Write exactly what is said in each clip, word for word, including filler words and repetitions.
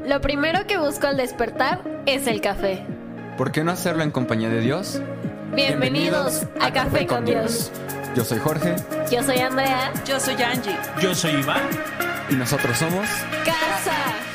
Lo primero que busco al despertar es el café. ¿Por qué no hacerlo en compañía de Dios? Bienvenidos, Bienvenidos a, a Café, Café con Dios. Dios. Yo soy Jorge. Yo soy Andrea. Yo soy Angie. Yo soy Iván. Y nosotros somos... Casa.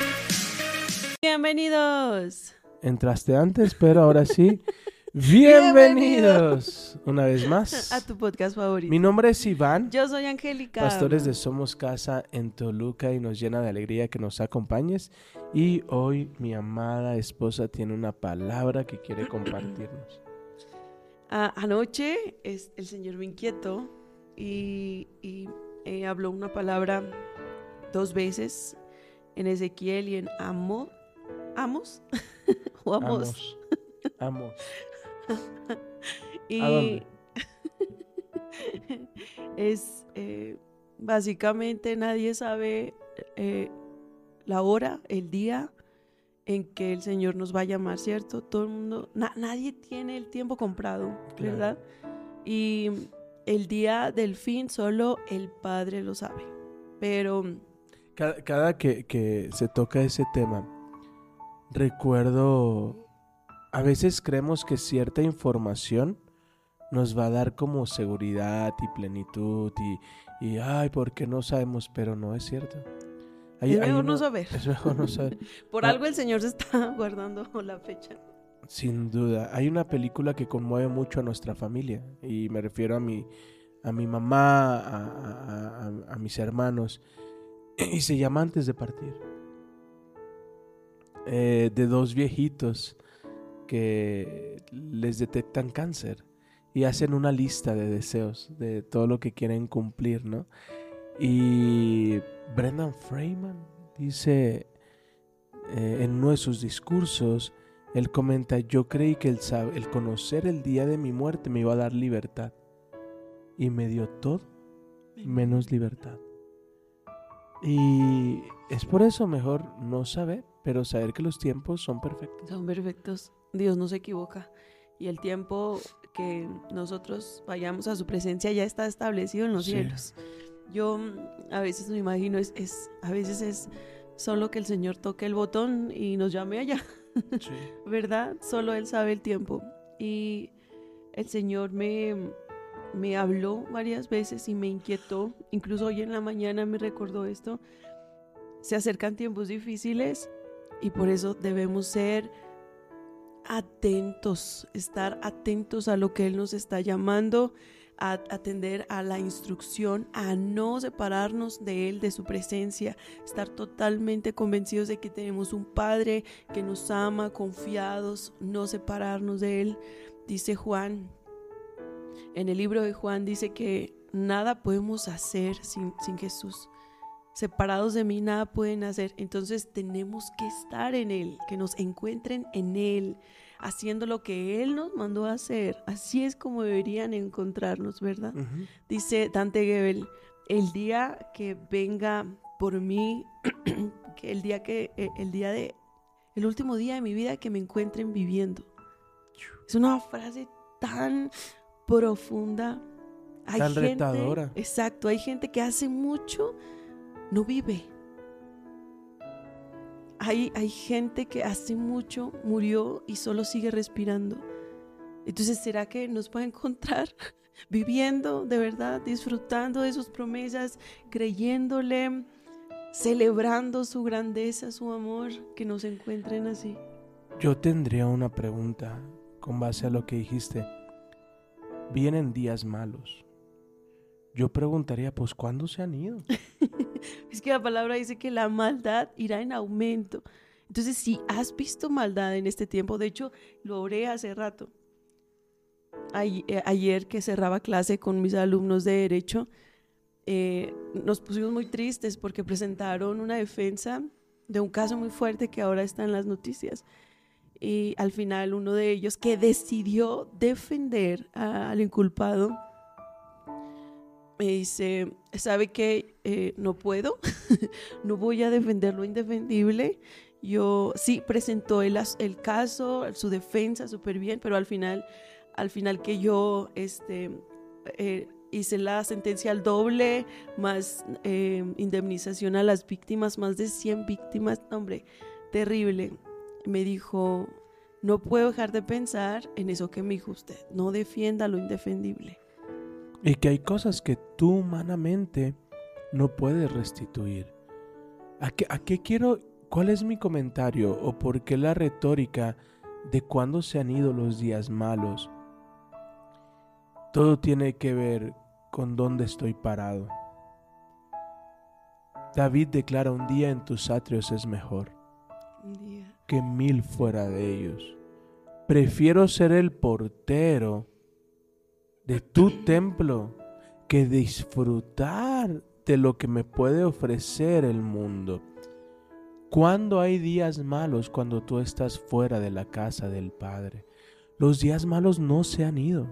Bienvenidos. Entraste antes, pero ahora sí. Bienvenidos una vez más a tu podcast favorito. Mi nombre es Iván. Yo soy Angélica. Pastores de Somos Casa en Toluca, y nos llena de alegría que nos acompañes. Y hoy mi amada esposa tiene una palabra que quiere compartirnos. Ah, anoche es, el Señor me inquietó y, y eh, habló una palabra dos veces en Ezequiel y en Amo, Amos o Amos. Amos. Y es eh, básicamente nadie sabe eh, la hora, el día en que el Señor nos va a llamar, ¿cierto? Todo el mundo, na, nadie tiene el tiempo comprado, ¿verdad? Claro. Y el día del fin solo el Padre lo sabe. Pero cada, cada que, que se toca ese tema, recuerdo, a veces creemos que cierta información nos va a dar como seguridad y plenitud y, y ay, ¿por qué no sabemos? Pero no es cierto. Hay, es, mejor uno, no saber. es mejor no saber. Por no. algo el Señor se está guardando la fecha. Sin duda. Hay una película que conmueve mucho a nuestra familia, y me refiero a mi, a mi mamá, a, a, a, a mis hermanos, y se llama Antes de partir. Eh, de dos viejitos que les detectan cáncer y hacen una lista de deseos, de todo lo que quieren cumplir, ¿no? Y Brendan Freeman dice eh, en uno de sus discursos, él comenta: yo creí que el, el conocer el día de mi muerte me iba a dar libertad, y me dio todo menos libertad. Y es por eso mejor no saber, pero saber que los tiempos son perfectos. Son perfectos. Dios no se equivoca. Y el tiempo que nosotros vayamos a su presencia ya está establecido en los sí. cielos. Yo a veces me imagino, es, es, a veces es solo que el Señor toque el botón y nos llame allá. Sí. ¿Verdad? Solo Él sabe el tiempo. Y el Señor me, me habló varias veces y me inquietó. Incluso hoy en la mañana me recordó esto. Se acercan tiempos difíciles y por eso debemos ser atentos, estar atentos a lo que Él nos está llamando, a atender a la instrucción, a no separarnos de Él, de su presencia, estar totalmente convencidos de que tenemos un Padre que nos ama, confiados, no separarnos de Él. Dice Juan, en el libro de Juan dice que nada podemos hacer sin, sin Jesús. Separados de mí nada pueden hacer. Entonces tenemos que estar en Él, que nos encuentren en Él, haciendo lo que Él nos mandó a hacer. Así es como deberían encontrarnos, ¿verdad? Uh-huh. Dice Dante Gebel: el día que venga por mí, que el día que el día de el último día de mi vida, que me encuentren viviendo. Es una frase tan profunda. Hay tan gente, retadora. Exacto, hay gente que hace mucho no vive. Hay, hay gente que hace mucho murió y solo sigue respirando. Entonces, ¿será que nos va a encontrar viviendo de verdad, disfrutando de sus promesas, creyéndole, celebrando su grandeza, su amor, que nos encuentren así? Yo tendría una pregunta con base a lo que dijiste. Vienen días malos. Yo preguntaría, pues, ¿cuándo se han ido? Es que la palabra dice que la maldad irá en aumento. Entonces, si has visto maldad en este tiempo, de hecho, lo oré hace rato. Ayer que cerraba clase con mis alumnos de Derecho, eh, nos pusimos muy tristes porque presentaron una defensa de un caso muy fuerte que ahora está en las noticias. Y al final, uno de ellos, que decidió defender a, al inculpado, me dice: ¿sabe qué? Eh, no puedo, no voy a defender lo indefendible. Yo sí presentó el, el caso, su defensa súper bien, pero al final, al final que yo este, eh, hice la sentencia al doble, más eh, indemnización a las víctimas, más de cien víctimas, hombre, terrible. Me dijo, no puedo dejar de pensar en eso que me dijo usted. No defienda lo indefendible. Y que hay cosas que tú humanamente no puedes restituir. ¿A qué, a qué quiero? ¿Cuál es mi comentario? ¿O por qué la retórica de cuándo se han ido los días malos? Todo tiene que ver con dónde estoy parado. David declara, un día en tus atrios es mejor Un día. que mil fuera de ellos. Prefiero ser el portero de tu templo que disfrutar de lo que me puede ofrecer el mundo. ¿Cuándo hay días malos? Cuando tú estás fuera de la casa del Padre. Los días malos no se han ido.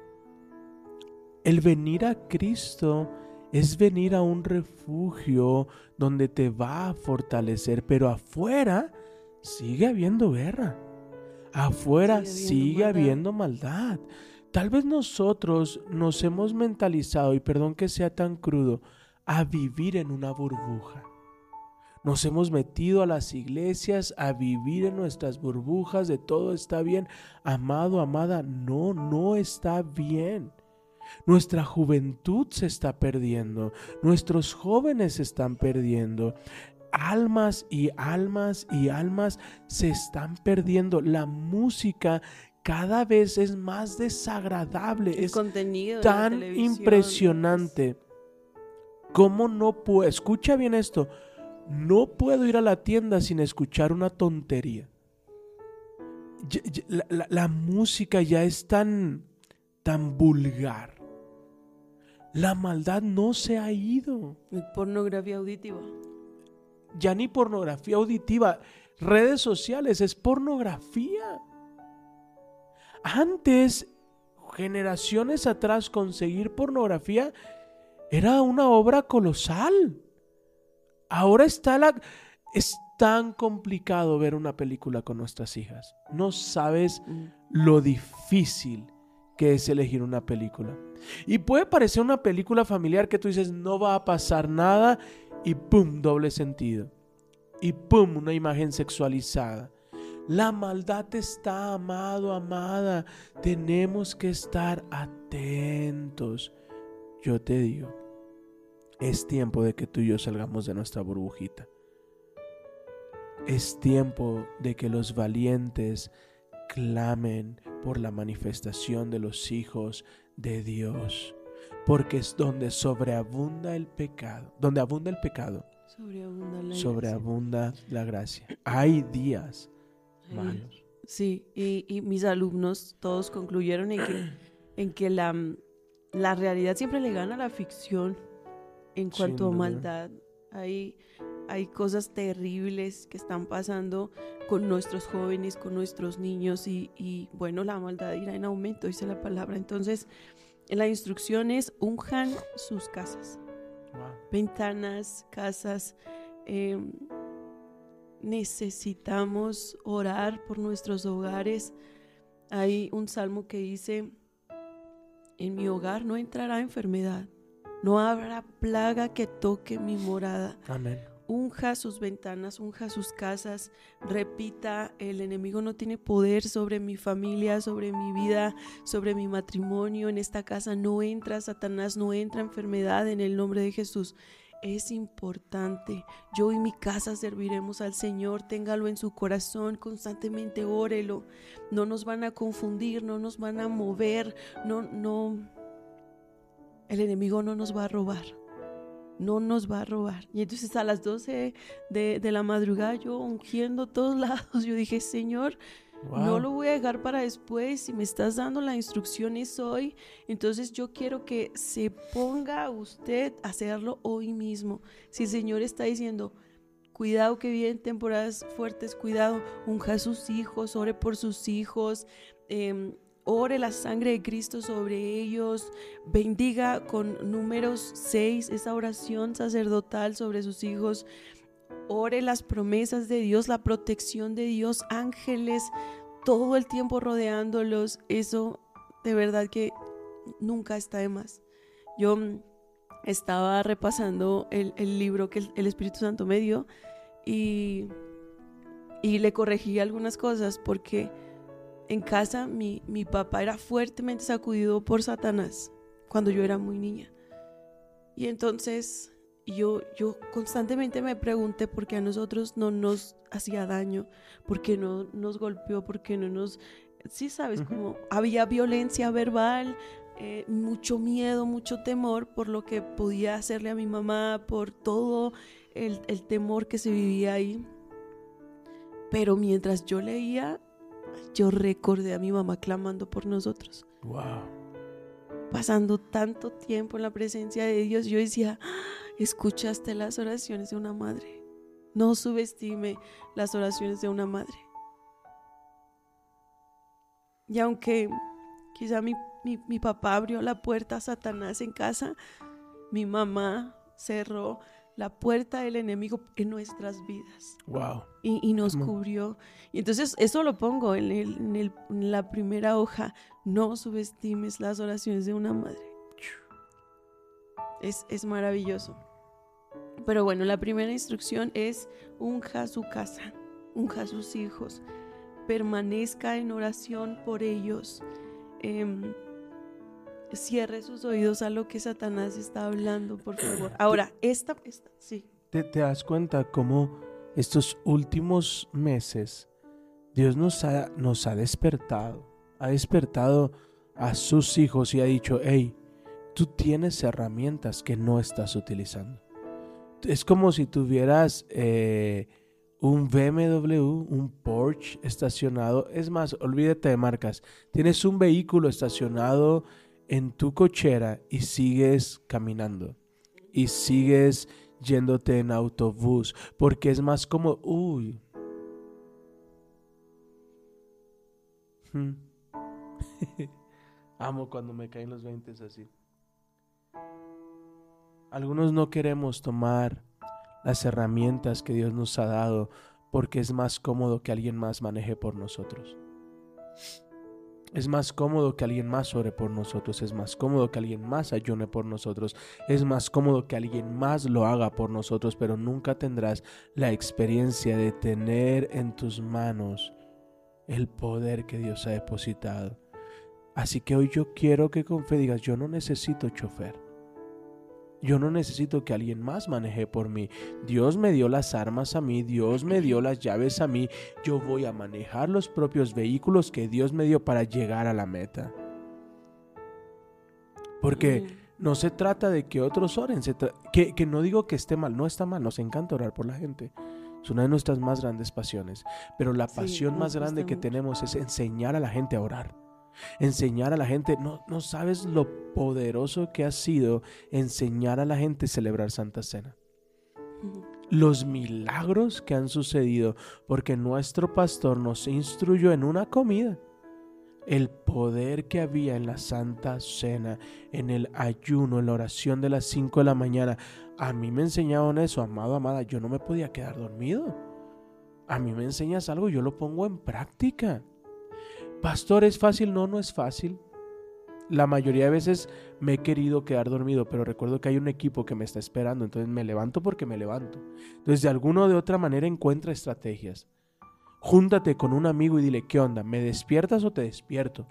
El venir a Cristo es venir a un refugio donde te va a fortalecer, pero afuera sigue habiendo guerra. Afuera Sigue sigue habiendo habiendo maldad. Tal vez nosotros nos hemos mentalizado, y perdón que sea tan crudo, a vivir en una burbuja. Nos hemos metido a las iglesias a vivir en nuestras burbujas de todo está bien. Amado, amada, no, no está bien. Nuestra juventud se está perdiendo. Nuestros jóvenes se están perdiendo. Almas y almas y almas se están perdiendo. La música cada vez es más desagradable. El es contenido de la tan televisión. impresionante. ¿Cómo no puedo? Escucha bien esto. No puedo ir a la tienda sin escuchar una tontería. Ya- ya- La, la- la música ya es tan, tan vulgar. La maldad no se ha ido. Pornografía auditiva. Ya ni pornografía auditiva. Redes sociales es pornografía. Antes, generaciones atrás, conseguir pornografía era una obra colosal. Ahora está la... Es tan complicado ver una película con nuestras hijas. No sabes Mm. lo difícil que es elegir una película. Y puede parecer una película familiar que tú dices no va a pasar nada y pum, doble sentido. Y pum, una imagen sexualizada. La maldad está, amado, amada. Tenemos que estar atentos. Yo te digo, es tiempo de que tú y yo salgamos de nuestra burbujita. Es tiempo de que los valientes clamen por la manifestación de los hijos de Dios, porque es donde sobreabunda el pecado, donde abunda el pecado, Sobreabunda la sobreabunda la gracia. Hay días gracia. malos. Sí, y, y mis alumnos todos concluyeron en que, en que la, la realidad siempre le gana a la ficción en cuanto Sin a duda. maldad. Hay, hay cosas terribles que están pasando con nuestros jóvenes, con nuestros niños y, y bueno, la maldad irá en aumento, dice la palabra. Entonces, la instrucción es unjan sus casas, Wow. ventanas, casas. eh, necesitamos orar por nuestros hogares. Hay un salmo que dice, en mi hogar no entrará enfermedad, no habrá plaga que toque mi morada. Amén. Unja sus ventanas, unja sus casas, repita, el enemigo no tiene poder sobre mi familia, sobre mi vida, sobre mi matrimonio. En esta casa no entra Satanás, no entra enfermedad en el nombre de Jesús. Es importante. Yo y mi casa serviremos al Señor. Téngalo en su corazón, constantemente órelo. No nos van a confundir, no nos van a mover, no, no. El enemigo no nos va a robar. No nos va a robar. Y entonces a las doce de, de la madrugada yo ungiendo todos lados, yo dije, Señor, Wow. no lo voy a dejar para después. Si me estás dando la instrucción es hoy, entonces yo quiero que se ponga usted a hacerlo hoy mismo. Si el Señor está diciendo, cuidado que vienen temporadas fuertes, cuidado, unja a sus hijos, ore por sus hijos, eh, ore la sangre de Cristo sobre ellos, bendiga con números seis, esa oración sacerdotal sobre sus hijos, ore las promesas de Dios, la protección de Dios, ángeles todo el tiempo rodeándolos. Eso de verdad que nunca está de más. Yo mm, estaba repasando el, el libro que el, el Espíritu Santo me dio y y le corregí algunas cosas porque en casa mi, mi papá era fuertemente sacudido por Satanás cuando yo era muy niña. Y entonces yo, yo constantemente me pregunté por qué a nosotros no nos hacía daño, por qué no nos golpeó, por qué no nos... Sí, sabes, como había violencia verbal, eh, mucho miedo, mucho temor por lo que podía hacerle a mi mamá, por todo el, el temor que se vivía ahí. Pero mientras yo leía, yo recordé a mi mamá clamando por nosotros. Wow. Pasando tanto tiempo en la presencia de Dios, yo decía, escuchaste las oraciones de una madre. No subestime las oraciones de una madre. Y aunque quizá mi, mi, mi papá abrió la puerta a Satanás en casa, mi mamá cerró la puerta del enemigo en nuestras vidas. Wow. Y, y nos cubrió. Y entonces eso lo pongo en, el, en, el, en la primera hoja. No subestimes las oraciones de una madre. Es, es maravilloso. Pero bueno, la primera instrucción es unja su casa, unja sus hijos, permanezca en oración por ellos. Eh, cierre sus oídos a lo que Satanás está hablando, por favor. Ahora, esta, esta sí. ¿Te, te das cuenta cómo estos últimos meses Dios nos ha, nos ha despertado, ha despertado a sus hijos y ha dicho, hey, tú tienes herramientas que no estás utilizando? Es como si tuvieras eh, un B M W, un Porsche estacionado. Es más, olvídate de marcas. Tienes un vehículo estacionado en tu cochera y sigues caminando. Y sigues yéndote en autobús. Porque es más como, uy. Hmm. Amo cuando me caen los veintes así. Algunos no queremos tomar las herramientas que Dios nos ha dado porque es más cómodo que alguien más maneje por nosotros. Es más cómodo que alguien más ore por nosotros. Es más cómodo que alguien más ayune por nosotros. Es más cómodo que alguien más lo haga por nosotros, pero nunca tendrás la experiencia de tener en tus manos el poder que Dios ha depositado. Así que hoy yo quiero que con fe digas, yo no necesito chofer. Yo no necesito que alguien más maneje por mí. Dios me dio las armas a mí, Dios me dio las llaves a mí. Yo voy a manejar los propios vehículos que Dios me dio para llegar a la meta. Porque mm. no se trata de que otros oren, se tra- que, que no digo que esté mal, no está mal, nos encanta orar por la gente. Es una de nuestras más grandes pasiones. Pero la pasión sí, más grande que mucho. tenemos es enseñar a la gente a orar. Enseñar a la gente, no, no sabes lo poderoso que ha sido enseñar a la gente a celebrar Santa Cena. Uh-huh. Los milagros que han sucedido porque nuestro pastor nos instruyó en una comida. El poder que había en la Santa Cena, en el ayuno, en la oración de las cinco de la mañana. A mí me enseñaron eso, amado, amada, yo no me podía quedar dormido. A mí me enseñas algo, yo lo pongo en práctica. Pastor, ¿es fácil? No, no es fácil. La mayoría de veces me he querido quedar dormido, pero recuerdo que hay un equipo que me está esperando, entonces me levanto porque me levanto. Entonces, de alguna o de otra manera encuentra estrategias. Júntate con un amigo y dile, ¿qué onda? ¿Me despiertas o te despierto?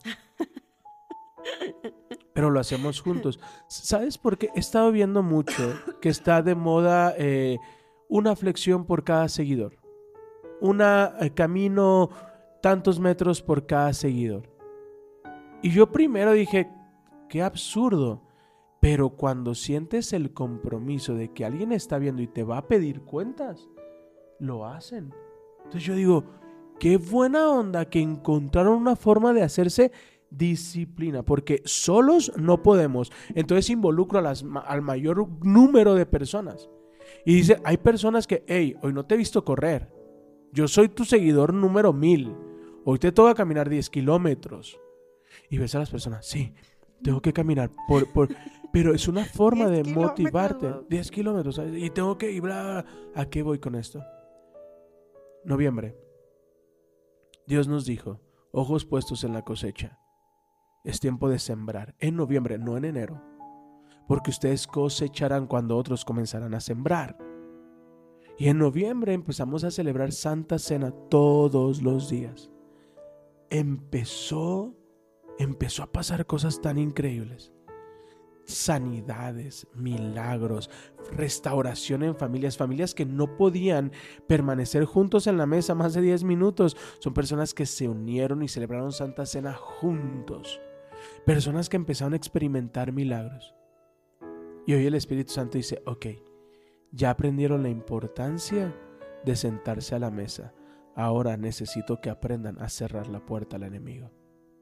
Pero lo hacemos juntos. ¿Sabes por qué? He estado viendo mucho que está de moda eh, una flexión por cada seguidor. Una eh, camino... tantos metros por cada seguidor. Y yo primero dije, qué absurdo. Pero cuando sientes el compromiso de que alguien está viendo y te va a pedir cuentas, lo hacen. Entonces yo digo, qué buena onda que encontraron una forma de hacerse disciplina, porque solos no podemos. Entonces involucro a las, al mayor número de personas. Y dice, hay personas que, hey, hoy no te he visto correr. Yo soy tu seguidor número mil. Hoy te toca caminar diez kilómetros. Y ves a las personas, sí, tengo que caminar. Por, por, pero es una forma de motivarte. diez kilómetros, ¿sabes? Y tengo que ir, bla, bla, bla. ¿A qué voy con esto? Noviembre. Dios nos dijo, ojos puestos en la cosecha. Es tiempo de sembrar. En noviembre, no en enero. Porque ustedes cosecharán cuando otros comenzarán a sembrar. Y en noviembre empezamos a celebrar Santa Cena todos los días. Empezó, empezó a pasar cosas tan increíbles. Sanidades, milagros, restauración en familias, familias que no podían permanecer juntos en la mesa más de diez minutos. Son personas que se unieron y celebraron Santa Cena juntos. Personas que empezaron a experimentar milagros. Y hoy el Espíritu Santo dice, ok, ya aprendieron la importancia de sentarse a la mesa. Ahora necesito que aprendan a cerrar la puerta al enemigo.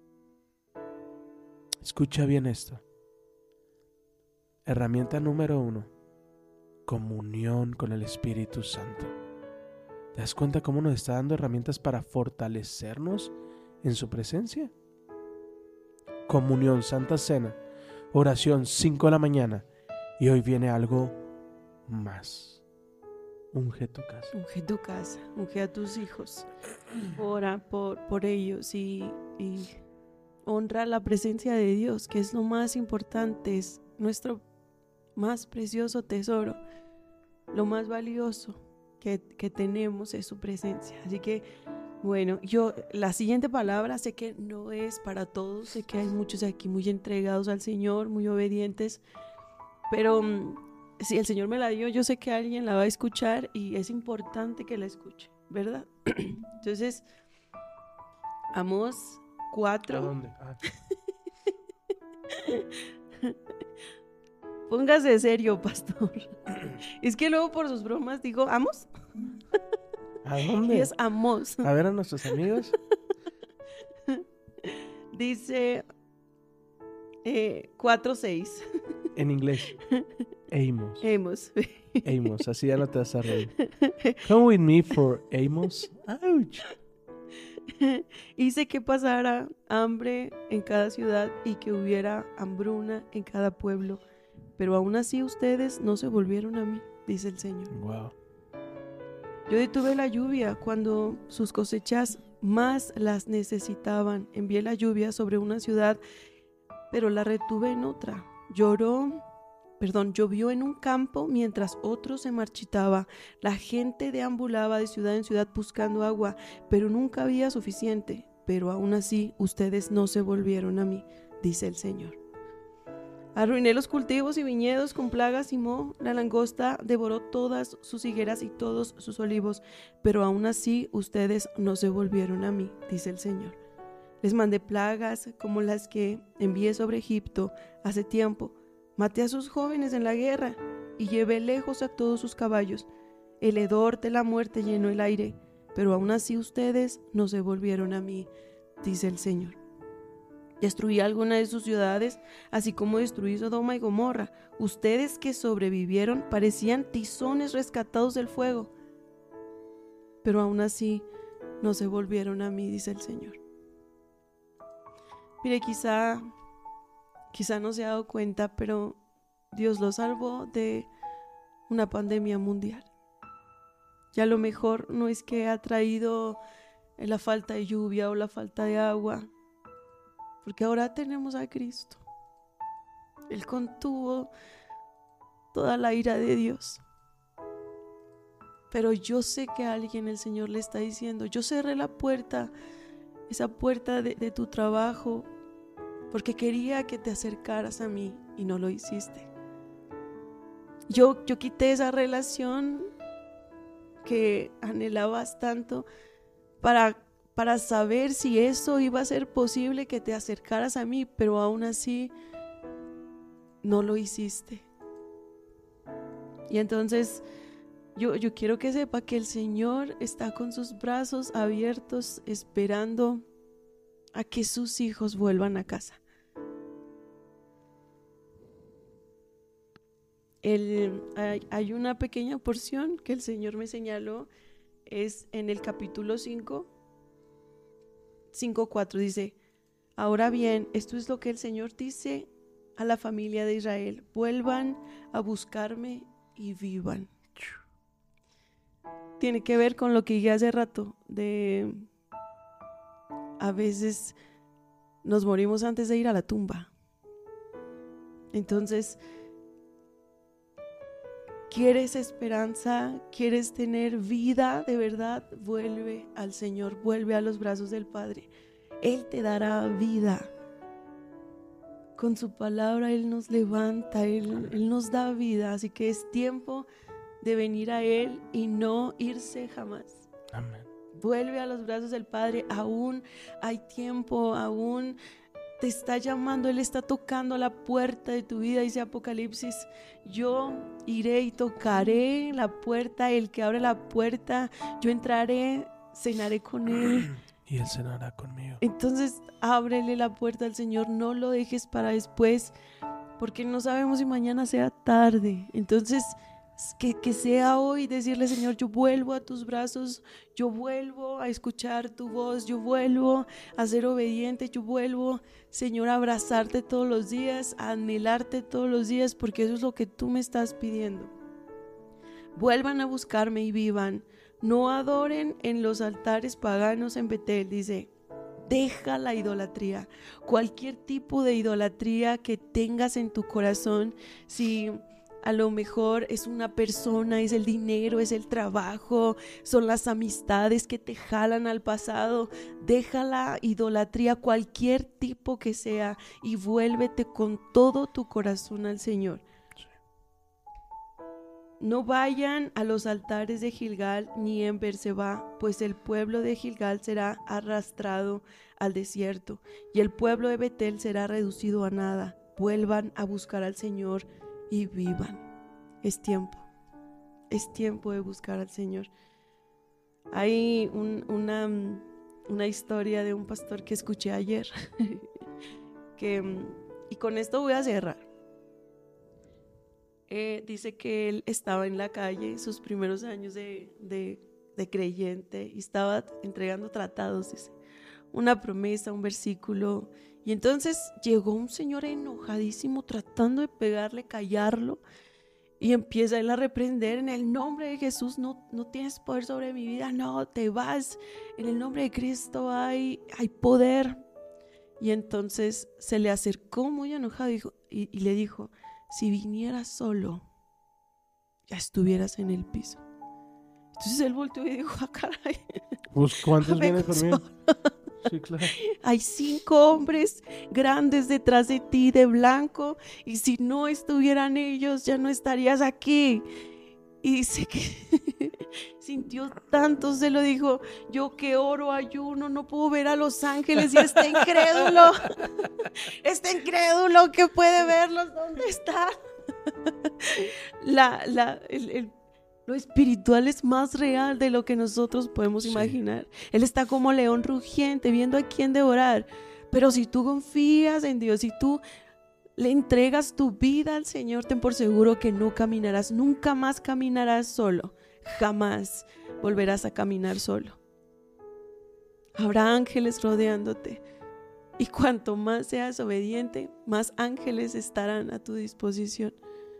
Escucha bien esto. Herramienta número uno, comunión con el Espíritu Santo. ¿Te das cuenta cómo nos está dando herramientas para fortalecernos en su presencia? Comunión, Santa Cena, oración, cinco de la mañana. Y hoy viene algo más. Unge tu casa. Unge tu casa, unge a tus hijos. Ora por, por ellos y, y honra la presencia de Dios, que es lo más importante, es nuestro más precioso tesoro. Lo más valioso que, que tenemos es su presencia. Así que, bueno, yo, la siguiente palabra sé que no es para todos, sé que hay muchos aquí muy entregados al Señor, muy obedientes, pero um, si el Señor me la dio, yo sé que alguien la va a escuchar y es importante que la escuche, ¿verdad? Entonces, Amós cuatro. ¿A dónde? Ah. Póngase serio, pastor. Es que luego por sus bromas digo, ¿Amos? ¿A dónde? Y es Amós. A ver a nuestros amigos. Dice eh, cuatro seis. En inglés. Amos. Amos. Amos, así ya no te vas a reír. Come with me for Amos. Ouch. Hice que pasara hambre en cada ciudad y que hubiera hambruna en cada pueblo, pero aún así ustedes no se volvieron a mí, dice el Señor. Wow. Yo detuve la lluvia cuando sus cosechas más las necesitaban. Envié la lluvia sobre una ciudad, pero la retuve en otra. Lloró, perdón, llovió en un campo mientras otro se marchitaba. La gente deambulaba de ciudad en ciudad buscando agua, pero nunca había suficiente. Pero aún así ustedes no se volvieron a mí, dice el Señor. Arruiné los cultivos y viñedos con plagas y moho. La langosta devoró todas sus higueras y todos sus olivos, pero aún así ustedes no se volvieron a mí, dice el Señor. Les mandé plagas como las que envié sobre Egipto hace tiempo. Maté a sus jóvenes en la guerra y llevé lejos a todos sus caballos. El hedor de la muerte llenó el aire, pero aún así ustedes no se volvieron a mí, dice el Señor. Destruí algunas de sus ciudades, así como destruí Sodoma y Gomorra. Ustedes que sobrevivieron parecían tizones rescatados del fuego, pero aún así no se volvieron a mí, dice el Señor. Mire, quizá, quizá no se ha dado cuenta, pero Dios lo salvó de una pandemia mundial. Y a lo mejor no es que ha traído la falta de lluvia o la falta de agua, porque ahora tenemos a Cristo. Él contuvo toda la ira de Dios. Pero yo sé que a alguien el Señor le está diciendo, yo cerré la puerta, esa puerta de, de tu trabajo, porque quería que te acercaras a mí y no lo hiciste. Yo, yo quité esa relación que anhelabas tanto para, para saber si eso iba a ser posible que te acercaras a mí, pero aún así no lo hiciste. Y entonces yo, yo quiero que sepa que el Señor está con sus brazos abiertos esperando a que sus hijos vuelvan a casa. El, hay, hay una pequeña porción que el Señor me señaló, es en el capítulo cinco, cinco cuatro, dice: ahora bien, esto es lo que el Señor dice a la familia de Israel: vuelvan a buscarme y vivan. Tiene que ver con lo que dije hace rato, de a veces nos morimos antes de ir a la tumba. Entonces ¿Quieres esperanza? ¿Quieres tener vida de verdad? Vuelve al Señor, vuelve a los brazos del Padre. Él te dará vida. Con su palabra Él nos levanta, Él, Él nos da vida. Así que es tiempo de venir a Él y no irse jamás. Amén. Vuelve a los brazos del Padre. Aún hay tiempo, aún te está llamando. Él está tocando la puerta de tu vida. Dice Apocalipsis: yo iré y tocaré la puerta. El que abre la puerta, yo entraré, cenaré con Él. Y Él cenará conmigo. Entonces ábrele la puerta al Señor, no lo dejes para después, porque no sabemos si mañana sea tarde. Entonces que, que sea hoy decirle: Señor, yo vuelvo a tus brazos, yo vuelvo a escuchar tu voz, yo vuelvo a ser obediente, yo vuelvo, Señor, a abrazarte todos los días, a anhelarte todos los días, porque eso es lo que tú me estás pidiendo. Vuelvan a buscarme y vivan. No adoren en los altares paganos en Betel, dice. Deja la idolatría, cualquier tipo de idolatría que tengas en tu corazón. Si a lo mejor es una persona, es el dinero, es el trabajo, son las amistades que te jalan al pasado, deja la idolatría, cualquier tipo que sea, y vuélvete con todo tu corazón al Señor. No vayan a los altares de Gilgal ni en Berseba, pues el pueblo de Gilgal será arrastrado al desierto y el pueblo de Betel será reducido a nada. Vuelvan a buscar al Señor y vivan. Es tiempo, es tiempo de buscar al Señor. Hay un, una, una historia de un pastor que escuché ayer que, y con esto voy a cerrar. Eh, dice que él estaba en la calle, sus primeros años de, de, de creyente, y estaba entregando tratados, dice, una promesa, un versículo, y entonces llegó un señor enojadísimo tratando de pegarle, callarlo, y empieza él a reprender: en el nombre de Jesús no, no tienes poder sobre mi vida, no, te vas, en el nombre de Cristo hay, hay poder. Y entonces se le acercó muy enojado y, dijo, y, y le dijo: si vinieras solo, ya estuvieras en el piso. Entonces él volteó y dijo: ah, caray. Pues, ¿cuántos vienen conmigo? Sí, claro. Hay cinco hombres grandes detrás de ti de blanco, y si no estuvieran ellos, ya no estarías aquí. Y dice que sintió tanto, se lo dijo: yo que oro, ayuno, no puedo ver a los ángeles, y está incrédulo, está incrédulo que puede verlos, ¿dónde está? La, la, el, el, lo espiritual es más real de lo que nosotros podemos sí. imaginar. Él está como león rugiente, viendo a quién devorar. Pero si tú confías en Dios, si tú le entregas tu vida al Señor, ten por seguro que no caminarás, nunca más caminarás solo, jamás volverás a caminar solo. Habrá ángeles rodeándote, y cuanto más seas obediente, más ángeles estarán a tu disposición.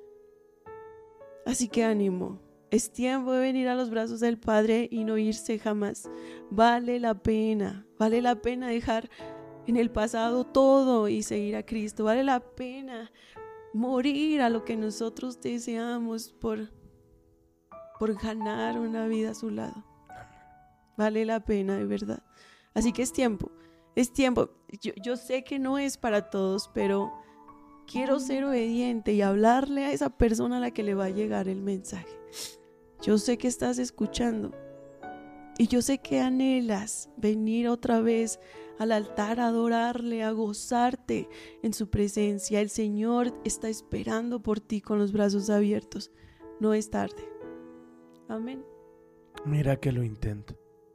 Así que ánimo, es tiempo de venir a los brazos del Padre y no irse jamás. Vale la pena, vale la pena dejar en el pasado todo y seguir a Cristo. Vale la pena morir a lo que nosotros deseamos por, por ganar una vida a su lado. Vale la pena, de verdad. Así que es tiempo, es tiempo. Yo, yo sé que no es para todos, pero quiero ser obediente y hablarle a esa persona a la que le va a llegar el mensaje. Yo sé que estás escuchando y yo sé que anhelas venir otra vez al altar a adorarle, a gozarte en su presencia. El Señor está esperando por ti con los brazos abiertos. No es tarde. Amén. Mira que lo intento.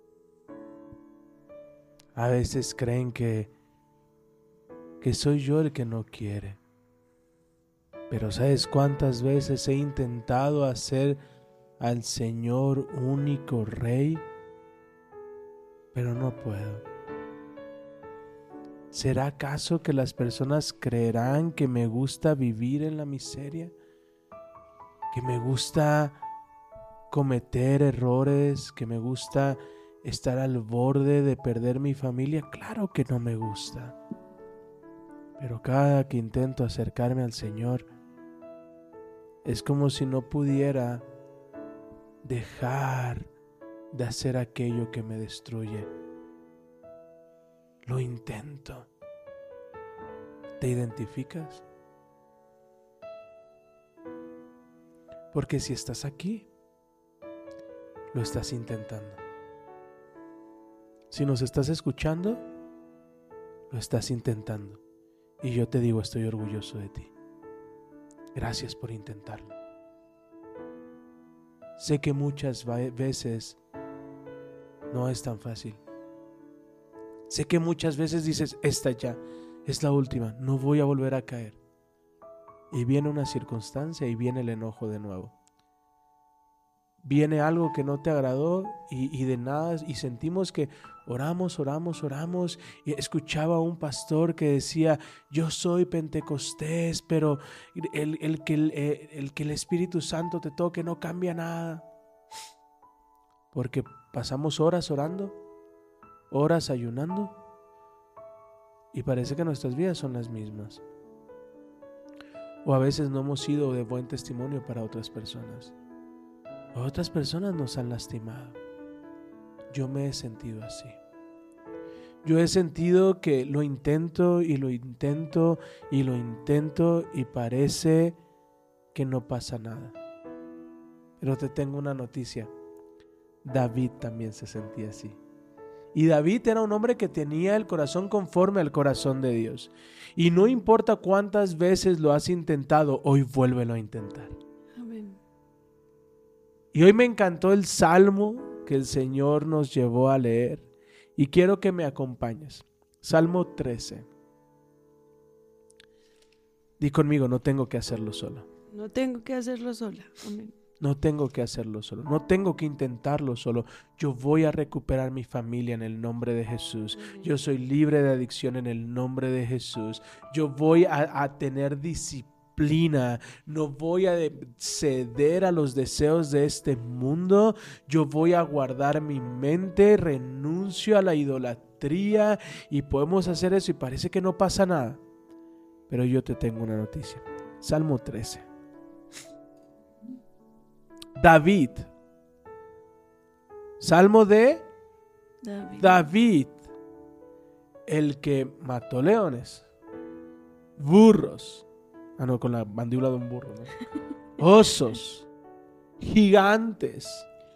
A veces creen que, que soy yo el que no quiere. Pero ¿sabes cuántas veces he intentado hacer al Señor único Rey? Pero no puedo. ¿Será acaso que las personas creerán que me gusta vivir en la miseria? ¿Que me gusta cometer errores? ¿Que me gusta estar al borde de perder mi familia? Claro que no me gusta. Pero cada que intento acercarme al Señor, Es como si no pudiera dejar de hacer aquello que me destruye. Lo intento. ¿Te identificas? Porque si estás aquí, lo estás intentando. Si nos estás escuchando, lo estás intentando. Y yo te digo, estoy orgulloso de ti. Gracias por intentarlo. Sé que muchas veces no es tan fácil. Sé que muchas veces dices, esta ya es la última, no voy a volver a caer. Y viene una circunstancia y viene el enojo de nuevo. Viene algo que no te agradó y, y de nada, y sentimos que oramos, oramos, oramos. Y escuchaba a un pastor que decía, yo soy pentecostés, pero el, el, que el, el que el Espíritu Santo te toque no cambia nada. Porque pasamos horas orando, horas ayunando, y parece que nuestras vidas son las mismas. O a veces no hemos sido de buen testimonio para otras personas. Otras personas nos han lastimado. Yo me he sentido así. Yo he sentido que lo intento y lo intento y lo intento y parece que no pasa nada. Pero te tengo una noticia. David también se sentía así. Y David era un hombre que tenía el corazón conforme al corazón de Dios. Y no importa cuántas veces lo has intentado, hoy vuélvelo a intentar. Amén. Y hoy me encantó el salmo que el Señor nos llevó a leer. Y quiero que me acompañes. Salmo trece. Di conmigo, no tengo que hacerlo solo. No tengo que hacerlo sola. Amén. No tengo que hacerlo solo, no tengo que intentarlo solo. Yo voy a recuperar mi familia en el nombre de Jesús. Yo soy libre de adicción en el nombre de Jesús. Yo voy a, a tener disciplina. No voy a ceder a los deseos de este mundo. Yo voy a guardar mi mente, renuncio a la idolatría y podemos hacer eso y parece que no pasa nada. Pero yo te tengo una noticia. Salmo trece. David, salmo de David. David, el que mató leones, burros, ah no, con la mandíbula de un burro, ¿no? Osos, gigantes,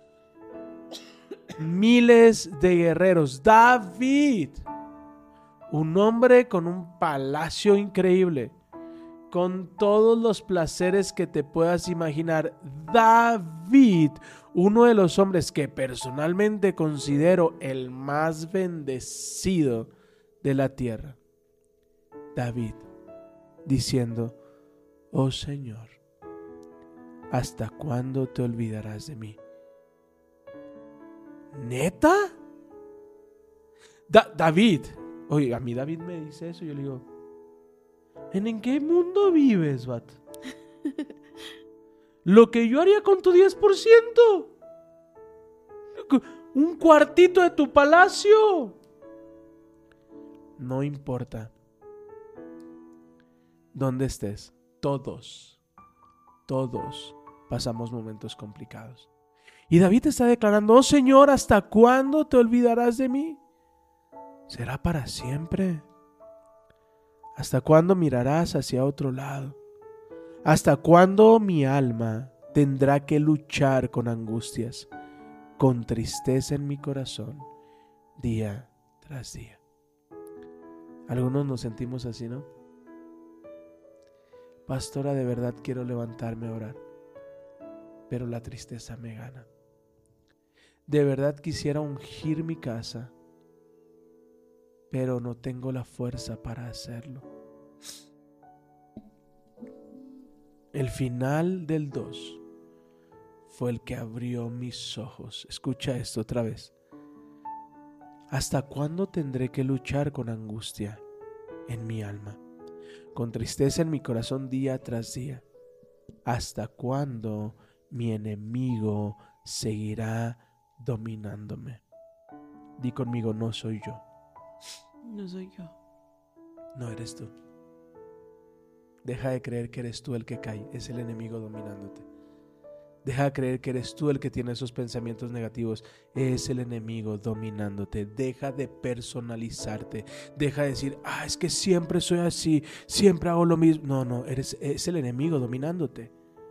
miles de guerreros. David, un hombre con un palacio increíble, con todos los placeres que te puedas imaginar. David, uno de los hombres que personalmente considero el más bendecido de la tierra. David, diciendo, oh Señor, ¿hasta cuándo te olvidarás de mí? ¿Neta? Da- David, oye, a mí David me dice eso y yo le digo, ¿en qué mundo vives, vato? Lo que yo haría con tu diez por ciento. Un cuartito de tu palacio. No importa dónde estés. Todos, todos pasamos momentos complicados. Y David está declarando, oh Señor, ¿hasta cuándo te olvidarás de mí? ¿Será para siempre? ¿Hasta cuándo mirarás hacia otro lado? ¿Hasta cuándo mi alma tendrá que luchar con angustias, con tristeza en mi corazón, día tras día? Algunos nos sentimos así, ¿no? Pastora, de verdad quiero levantarme a orar, pero la tristeza me gana. De verdad quisiera ungir mi casa, pero no tengo la fuerza para hacerlo. El final del dos fue el que abrió mis ojos. Escucha esto otra vez. ¿Hasta cuándo tendré que luchar con angustia en mi alma, con tristeza en mi corazón día tras día? ¿Hasta cuándo mi enemigo seguirá dominándome? Di conmigo, no soy yo. No soy yo. No eres tú. Deja de creer que eres tú el que cae, es el enemigo dominándote. Deja de creer que eres tú el que tiene esos pensamientos negativos, es el enemigo dominándote. Deja de personalizarte, deja de decir, ah, es que siempre soy así, siempre hago lo mismo. No, no, eres, es el enemigo dominándote.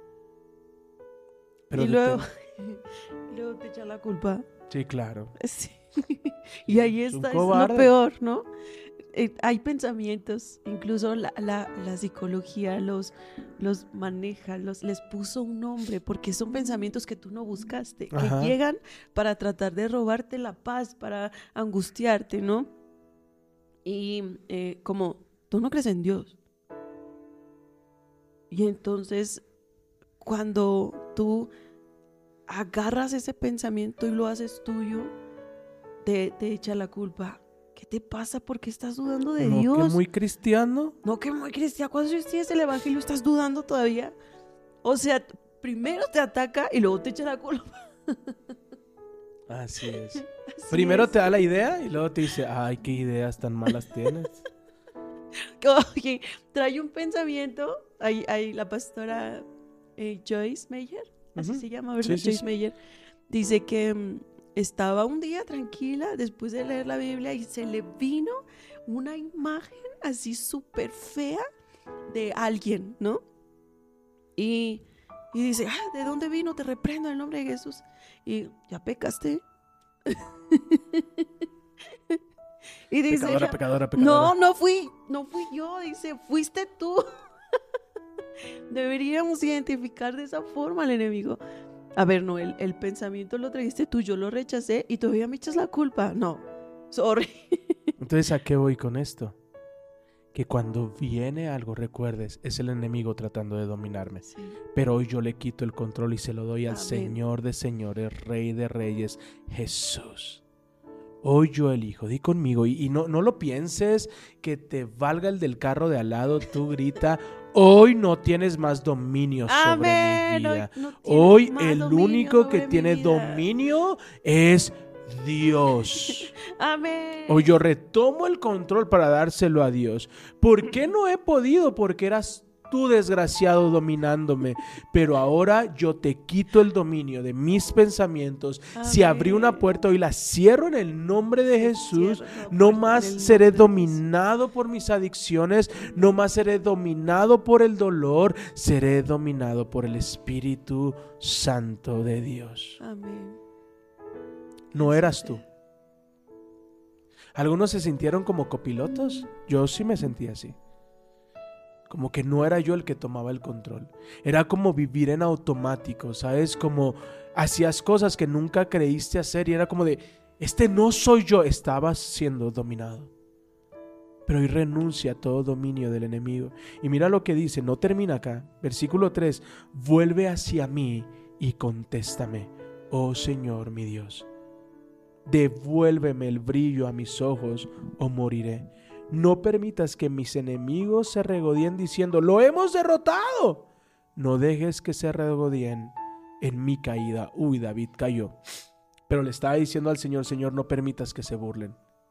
Pero y luego, luego te echa la culpa. Sí, claro. Sí. Y ahí Es un está, es lo cobarde. peor, ¿no? Eh, hay pensamientos, incluso la, la, la psicología los, los maneja, los, les puso un nombre, porque son pensamientos que tú no buscaste, Ajá. que llegan para tratar de robarte la paz, para angustiarte, ¿no? Y eh, como tú no crees en Dios. Y entonces, cuando tú agarras ese pensamiento y lo haces tuyo, te, te echa la culpa. ¿Qué te pasa? ¿Por qué estás dudando de No, Dios? que muy cristiano. No, que muy cristiano. ¿Cuándo estudias el evangelio estás dudando todavía? O sea, t- primero te ataca y luego te echa la culpa. Así es. Así Primero es. te da la idea y luego te dice, ay, qué ideas tan malas tienes. Oye, trae un pensamiento. Ahí, ahí la pastora eh, Joyce Meyer, así Ujú. se llama, ¿verdad? Sí, sí, Joyce sí. Meyer. Dice que mm, estaba un día tranquila después de leer la Biblia y se le vino una imagen así súper fea de alguien, ¿no? Y, y dice, ah, ¿de dónde vino? Te reprendo en el nombre de Jesús. Y ya pecaste. Y dice, Pecadora, ella, pecadora, no, pecadora. no fui, no fui yo, dice, fuiste tú. Deberíamos identificar de esa forma al enemigo. A ver, no, el, el pensamiento lo trajiste tú, yo lo rechacé y todavía me echas la culpa. No, sorry. Entonces, ¿a qué voy con esto? Que cuando viene algo, recuerdes, es el enemigo tratando de dominarme. Sí. Pero hoy yo le quito el control y se lo doy al Amén. Señor de señores, Rey de reyes, Jesús. Hoy yo elijo, di conmigo, y, y no, no lo pienses que te valga el del carro de al lado, tú grita, hoy no tienes más dominio sobre Amén. mi vida. No- no tienes Hoy más el dominio único sobre que mi tiene vida. dominio es Dios. Amén. Hoy yo retomo el control para dárselo a Dios. ¿Por qué no he podido? Porque eras tú, desgraciado, dominándome. Pero ahora yo te quito el dominio de mis pensamientos. Si Amén. abrí una puerta, hoy la cierro en el nombre de Jesús. Cierra la No puerta más en el seré nombre de dominado por mis adicciones. No más seré dominado por el dolor. Seré dominado por el Espíritu Santo de Dios. Amén. No eras tú. Algunos se sintieron como copilotos. Yo sí me sentí así. Como que no era yo el que tomaba el control. Era como vivir en automático, ¿sabes? Como hacías cosas que nunca creíste hacer y era como de, este no soy yo. Estabas siendo dominado. Pero hoy renuncia a todo dominio del enemigo. Y mira lo que dice, no termina acá. Versículo tres, vuelve hacia mí y contéstame, oh Señor mi Dios. Devuélveme el brillo a mis ojos o moriré. No permitas que mis enemigos se regodeen diciendo, lo hemos derrotado. No dejes que se regodeen en mi caída. Uy, David cayó. Pero le estaba diciendo al Señor, Señor, no permitas que se burlen.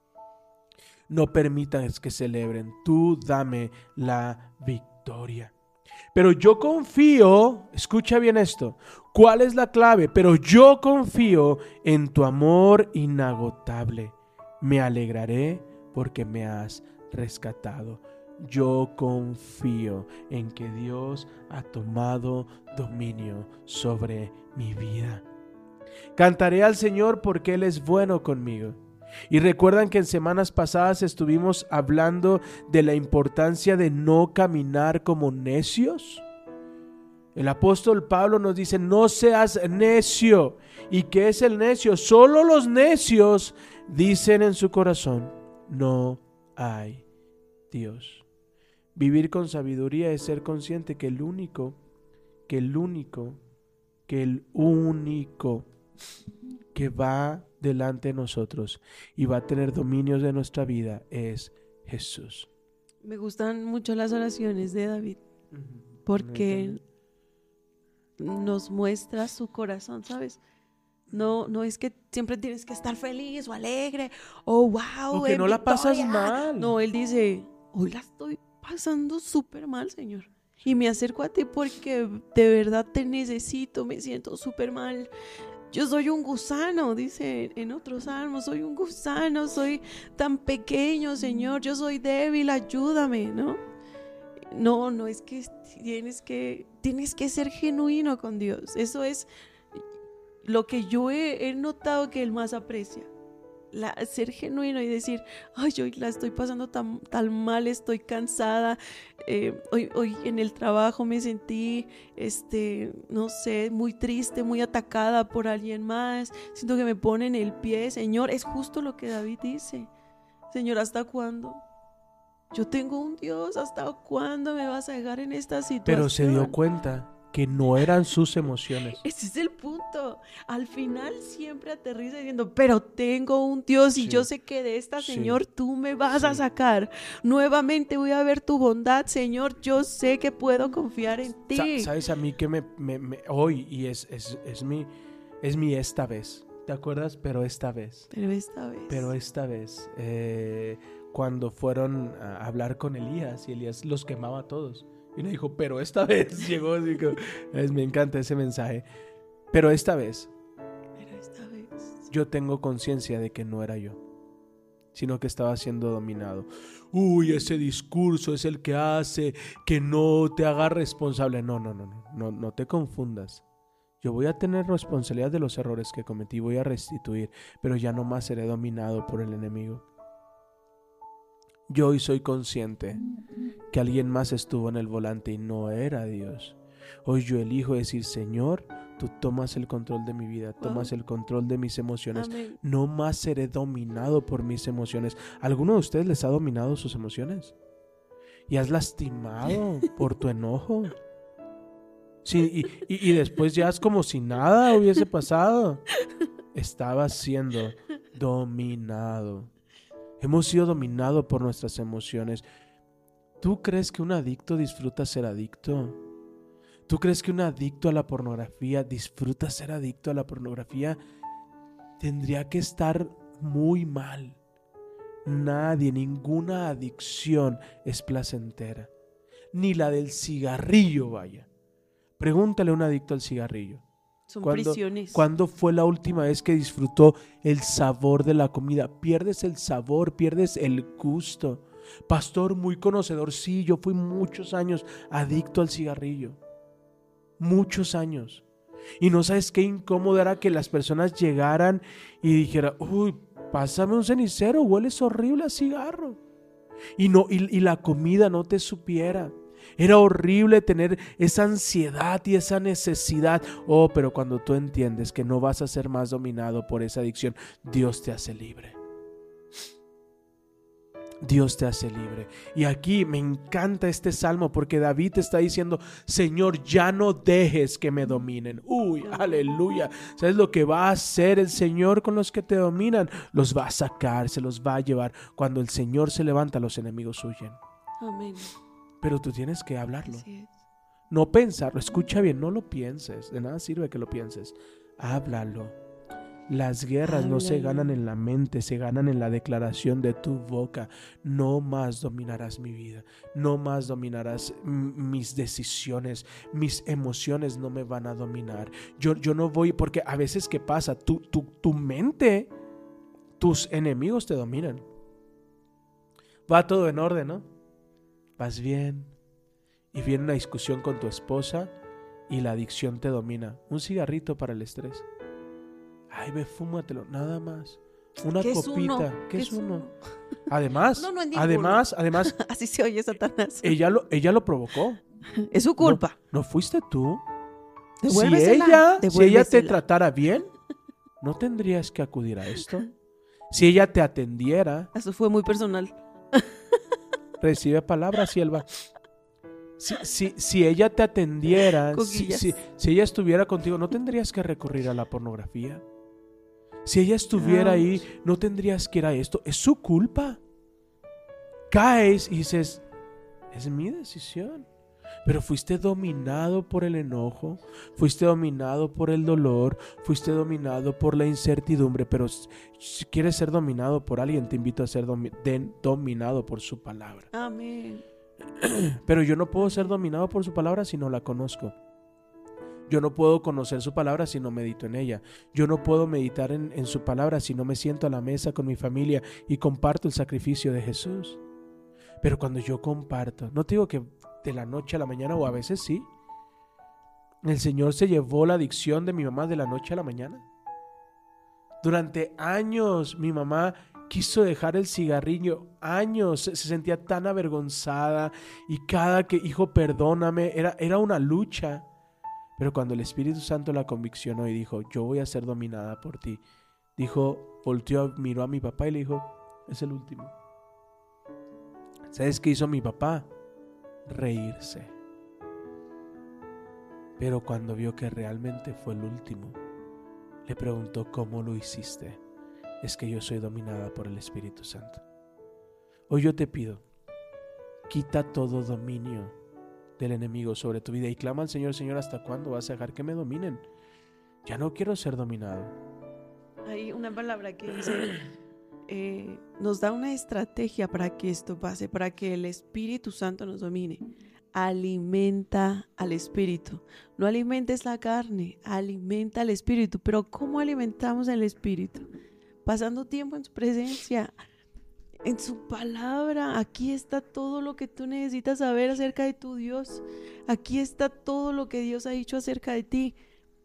No permitas que celebren. Tú dame la victoria. Pero yo confío, escucha bien esto, ¿cuál es la clave? Pero yo confío en tu amor inagotable. Me alegraré porque me has rescatado. Yo confío en que Dios ha tomado dominio sobre mi vida. Cantaré al Señor porque Él es bueno conmigo. Y recuerdan que en semanas pasadas estuvimos hablando de la importancia de no caminar como necios. El apóstol Pablo nos dice, no seas necio. ¿Y qué es el necio? Solo los necios dicen en su corazón, no hay Dios. Vivir con sabiduría es ser consciente que el único, que el único, que el único que va delante de nosotros y va a tener dominios de nuestra vida es Jesús. Me gustan mucho las oraciones de David porque nos muestra su corazón, ¿sabes? No, no es que siempre tienes que estar feliz o alegre o wow, O que en no la pasas victoria. mal. No, él dice, hoy la estoy pasando súper mal, Señor. Y me acerco a ti porque de verdad te necesito, me siento súper mal. Yo soy un gusano, dice en otros salmos, soy un gusano, soy tan pequeño, Señor, yo soy débil, ayúdame, ¿no? No, no es que tienes que, tienes que ser genuino con Dios. Eso es lo que yo he, he notado que Él más aprecia. La, ser genuino y decir, ay, hoy la estoy pasando tan, tan mal, estoy cansada, eh, hoy, hoy en el trabajo me sentí, este, no sé, muy triste, muy atacada por alguien más, siento que me ponen el pie. Señor, es justo lo que David dice. Señor, ¿hasta cuándo? Yo tengo un Dios, ¿hasta cuándo me vas a dejar en esta situación? Pero se dio cuenta que no eran sus emociones. Ese es el punto. Al final siempre aterriza diciendo, pero tengo un Dios y Sí. yo sé que de esta, Sí. Señor, tú me vas Sí. a sacar. Nuevamente voy a ver tu bondad, Señor. Yo sé que puedo confiar en ti. Sa- ¿Sabes a mí que me, me- me- hoy, y es, es, es, mi, es mi esta vez, ¿te acuerdas? Pero esta vez, Pero esta vez. pero esta vez, eh, cuando fueron a hablar con Elías y Elías los quemaba a todos. Y me dijo, pero esta vez llegó así como, es, me encanta ese mensaje. Pero esta vez Pero esta vez. yo tengo conciencia de que no era yo, sino que estaba siendo dominado. Uy, ese discurso es el que hace que no te haga responsable. No, no, no, no, no, no te confundas. Yo voy a tener responsabilidad de los errores que cometí, voy a restituir, pero ya no más seré dominado por el enemigo. Yo hoy soy consciente que alguien más estuvo en el volante y no era Dios. Hoy yo elijo decir, Señor, tú tomas el control de mi vida, tomas el control de mis emociones. Amén. No más seré dominado por mis emociones. ¿Alguno de ustedes les ha dominado sus emociones? ¿Y has lastimado por tu enojo? Sí, y, y, y después ya es como si nada hubiese pasado. Estaba siendo dominado. Hemos sido dominados por nuestras emociones. ¿Tú crees que un adicto disfruta ser adicto? ¿Tú crees que un adicto a la pornografía disfruta ser adicto a la pornografía? Tendría que estar muy mal. Nadie, ninguna adicción es placentera. Ni la del cigarrillo, vaya. Pregúntale a un adicto al cigarrillo. Son ¿Cuándo, prisiones. ¿Cuándo fue la última vez que disfrutó el sabor de la comida? Pierdes el sabor, pierdes el gusto. Pastor, muy conocedor, sí, yo fui muchos años adicto al cigarrillo. Muchos años. Y no sabes qué incómodo era que las personas llegaran y dijeran, uy, pásame un cenicero, hueles horrible a cigarro. Y, no, y, y la comida no te supiera. Era horrible tener esa ansiedad y esa necesidad. Oh, pero cuando tú entiendes que no vas a ser más dominado por esa adicción, Dios te hace libre. Dios te hace libre. Y aquí me encanta este salmo porque David te está diciendo, Señor, ya no dejes que me dominen. Uy, aleluya. ¿Sabes lo que va a hacer el Señor con los que te dominan? Los va a sacar, se los va a llevar. Cuando el Señor se levanta, los enemigos huyen. Amén. Pero tú tienes que hablarlo. Así es. No pensarlo, escucha bien, no lo pienses. De nada sirve que lo pienses. Háblalo. Las guerras no se Háblalo. ganan en la mente, se ganan en la declaración de tu boca. No más dominarás mi vida, no más dominarás m- mis decisiones, mis emociones no me van a dominar. Yo, yo no voy, porque a veces ¿qué pasa? Tu, tu, tu mente, tus enemigos te dominan. Va todo en orden, ¿no? Vas bien y viene una discusión con tu esposa y la adicción te domina. Un cigarrito para el estrés. Ay, ve, fúmatelo, nada más. Una ¿Qué es copita. uno? ¿Qué ¿Qué es es uno? uno? Además, No, no es ninguno. además, además, Así se oye Satanás. ella lo, ella lo provocó. Es su culpa. No, no fuiste tú. Si Devuélvesela, ella, si ella te devuélvesela. tratara bien, no tendrías que acudir a esto. Si ella te atendiera, Eso fue muy personal. recibe palabra, sierva. Si, si, si ella te atendiera, si, Coquillas. si, si ella estuviera contigo, no tendrías que recurrir a la pornografía. Si ella estuviera Ouch. ahí, no tendrías que ir a esto. Es su culpa. Caes y dices, es mi decisión. Pero fuiste dominado por el enojo, fuiste dominado por el dolor, fuiste dominado por la incertidumbre. Pero si quieres ser dominado por alguien, te invito a ser domi- den- dominado por su palabra. Amén. Pero yo no puedo ser dominado por su palabra si no la conozco. Yo no puedo conocer su palabra si no medito en ella. Yo no puedo meditar en, en su palabra si no me siento a la mesa con mi familia y comparto el sacrificio de Jesús. Pero cuando yo comparto, no te digo que de la noche a la mañana, o a veces sí. El Señor se llevó la adicción de mi mamá de la noche a la mañana. Durante años mi mamá quiso dejar el cigarrillo, años, se, se sentía tan avergonzada y cada que, hijo, perdóname, era, era una lucha. Pero cuando el Espíritu Santo la conviccionó y dijo, yo voy a ser dominada por ti, dijo, volteó, miró a mi papá y le dijo, es el último. ¿Sabes qué hizo mi papá? Reírse. Pero cuando vio que realmente fue el último, le preguntó, ¿cómo lo hiciste? Es que yo soy dominada por el Espíritu Santo. Hoy yo te pido, quita todo dominio del enemigo sobre tu vida y clama al Señor, Señor, ¿hasta cuándo vas a dejar que me dominen? Ya no quiero ser dominado. Hay una palabra que dice, eh, nos da una estrategia para que esto pase, para que el Espíritu Santo nos domine. Alimenta al Espíritu. No alimentes la carne, alimenta al Espíritu. Pero ¿cómo alimentamos al Espíritu? Pasando tiempo en su presencia, en su palabra. Aquí está todo lo que tú necesitas saber acerca de tu Dios. Aquí está todo lo que Dios ha dicho acerca de ti.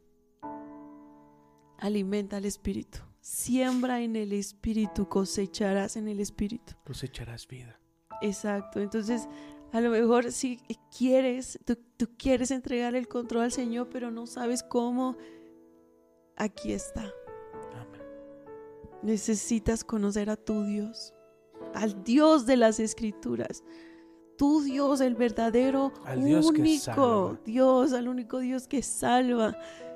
Alimenta al Espíritu. Siembra en el Espíritu, cosecharás en el Espíritu. Cosecharás vida. Exacto. Entonces, a lo mejor si quieres, tú, tú quieres entregar el control al Señor, pero no sabes cómo. Aquí está. Amén. Necesitas conocer a tu Dios, al Dios de las Escrituras, tu Dios, el verdadero, al Dios único que salva. Dios, al único Dios que salva.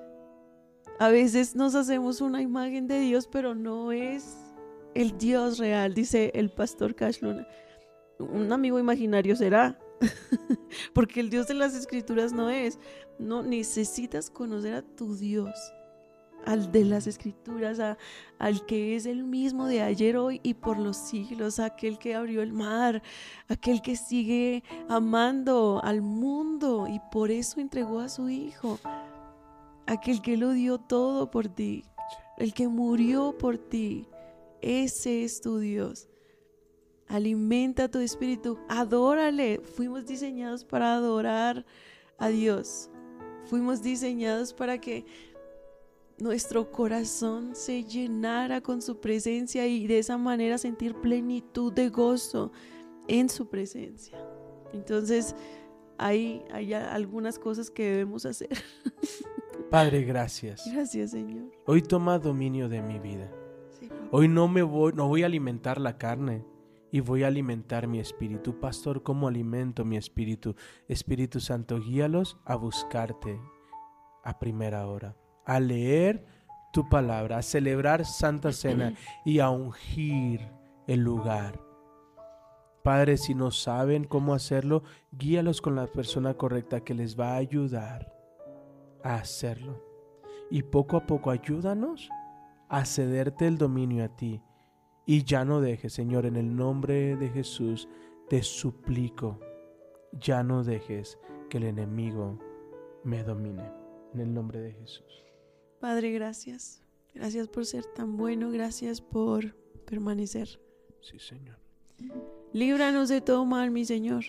A veces nos hacemos una imagen de Dios, pero no es el Dios real, dice el pastor Cash Luna. Un amigo imaginario será, porque el Dios de las Escrituras no es. No, necesitas conocer a tu Dios, al de las Escrituras, a, al que es el mismo de ayer, hoy y por los siglos, aquel que abrió el mar, aquel que sigue amando al mundo y por eso entregó a su Hijo, aquel que lo dio todo por ti, el que murió por ti. Ese es tu Dios. Alimenta tu espíritu, adórale. Fuimos diseñados para adorar a Dios. Fuimos diseñados para que nuestro corazón se llenara con su presencia y de esa manera sentir plenitud de gozo en su presencia. Entonces, hay, hay algunas cosas que debemos hacer. Padre, gracias. Gracias, Señor. Hoy toma dominio de mi vida. Sí, papá. Hoy no me voy, no voy a alimentar la carne y voy a alimentar mi espíritu. Pastor, ¿cómo alimento mi espíritu? Espíritu Santo, guíalos a buscarte a primera hora, a leer tu palabra, a celebrar Santa Cena y a ungir el lugar. Padre, si no saben cómo hacerlo, guíalos con la persona correcta que les va a ayudar a hacerlo. Y poco a poco ayúdanos a cederte el dominio a ti. Y ya no dejes, Señor, en el nombre de Jesús, te suplico, ya no dejes que el enemigo me domine. En el nombre de Jesús. Padre, gracias. Gracias por ser tan bueno. Gracias por permanecer. Sí, Señor. Líbranos de todo mal, mi Señor.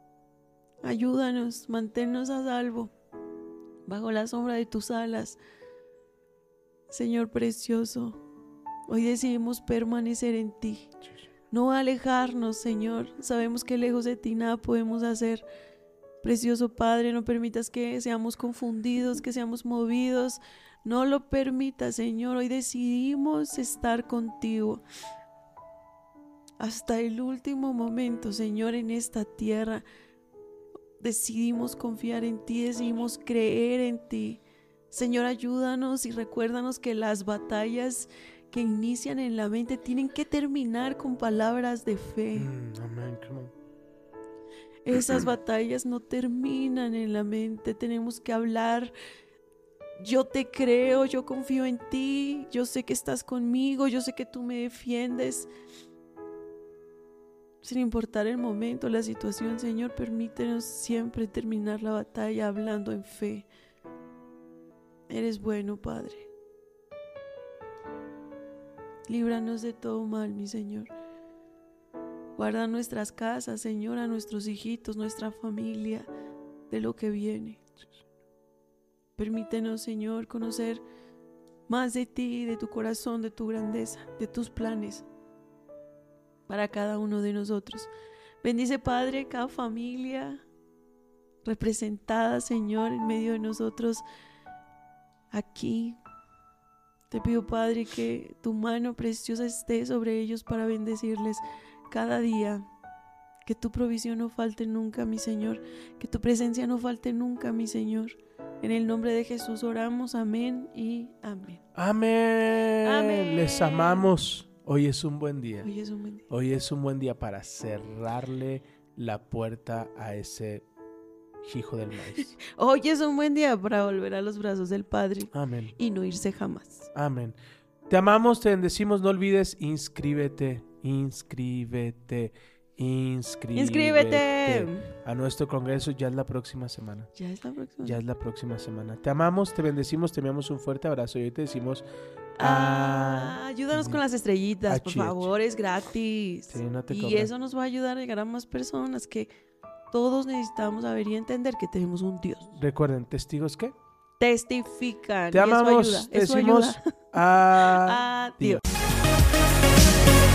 Ayúdanos, manténnos a salvo, bajo la sombra de tus alas. Señor precioso, hoy decidimos permanecer en ti, no alejarnos, Señor. Sabemos que lejos de ti nada podemos hacer. Precioso Padre, no permitas que seamos confundidos, que seamos movidos. No lo permitas, Señor. Hoy decidimos estar contigo hasta el último momento, Señor, en esta tierra. Decidimos confiar en ti, decidimos creer en ti. Señor, ayúdanos y recuérdanos que las batallas que inician en la mente tienen que terminar con palabras de fe. Mm, amén. Come on. Esas batallas no terminan en la mente. Tenemos que hablar. Yo te creo, yo confío en ti, yo sé que estás conmigo, yo sé que tú me defiendes. sin importar el momento, la situación, Señor, permítenos siempre terminar la batalla hablando en fe. Eres bueno, Padre. Líbranos de todo mal, mi Señor. Guarda nuestras casas, Señor, a nuestros hijitos, nuestra familia, de lo que viene. Permítenos, Señor, conocer más de ti, de tu corazón, de tu grandeza, de tus planes para cada uno de nosotros. Bendice, Padre, cada familia representada, Señor, en medio de nosotros aquí. Te pido, Padre, que tu mano preciosa esté sobre ellos para bendecirles cada día. Que tu provisión no falte nunca, mi Señor. Que tu presencia no falte nunca, mi Señor. En el nombre de Jesús oramos. Amén y amén. Amén. Amén. Les amamos. Hoy es un buen día. Hoy es un buen día. Hoy es un buen día para cerrarle la puerta a ese hijo del maíz. Hoy es un buen día para volver a los brazos del Padre. Amén. Y no irse jamás. Amén. Te amamos, te bendecimos. No olvides, inscríbete, inscríbete, inscríbete. ¡Inscríbete! A nuestro congreso ya es la próxima semana. Ya es la próxima. Ya es la próxima semana. Te amamos, te bendecimos, te enviamos un fuerte abrazo y hoy te decimos... Ah, ayúdanos con las estrellitas, por Achi, favor, es gratis. Sí, no te y cobran. eso nos va a ayudar a llegar a más personas, que todos necesitamos saber y entender que tenemos un Dios. Recuerden, ¿testigos qué? Testifican. Te y amamos, eso ayuda, te eso decimos ayuda. adiós. Adiós.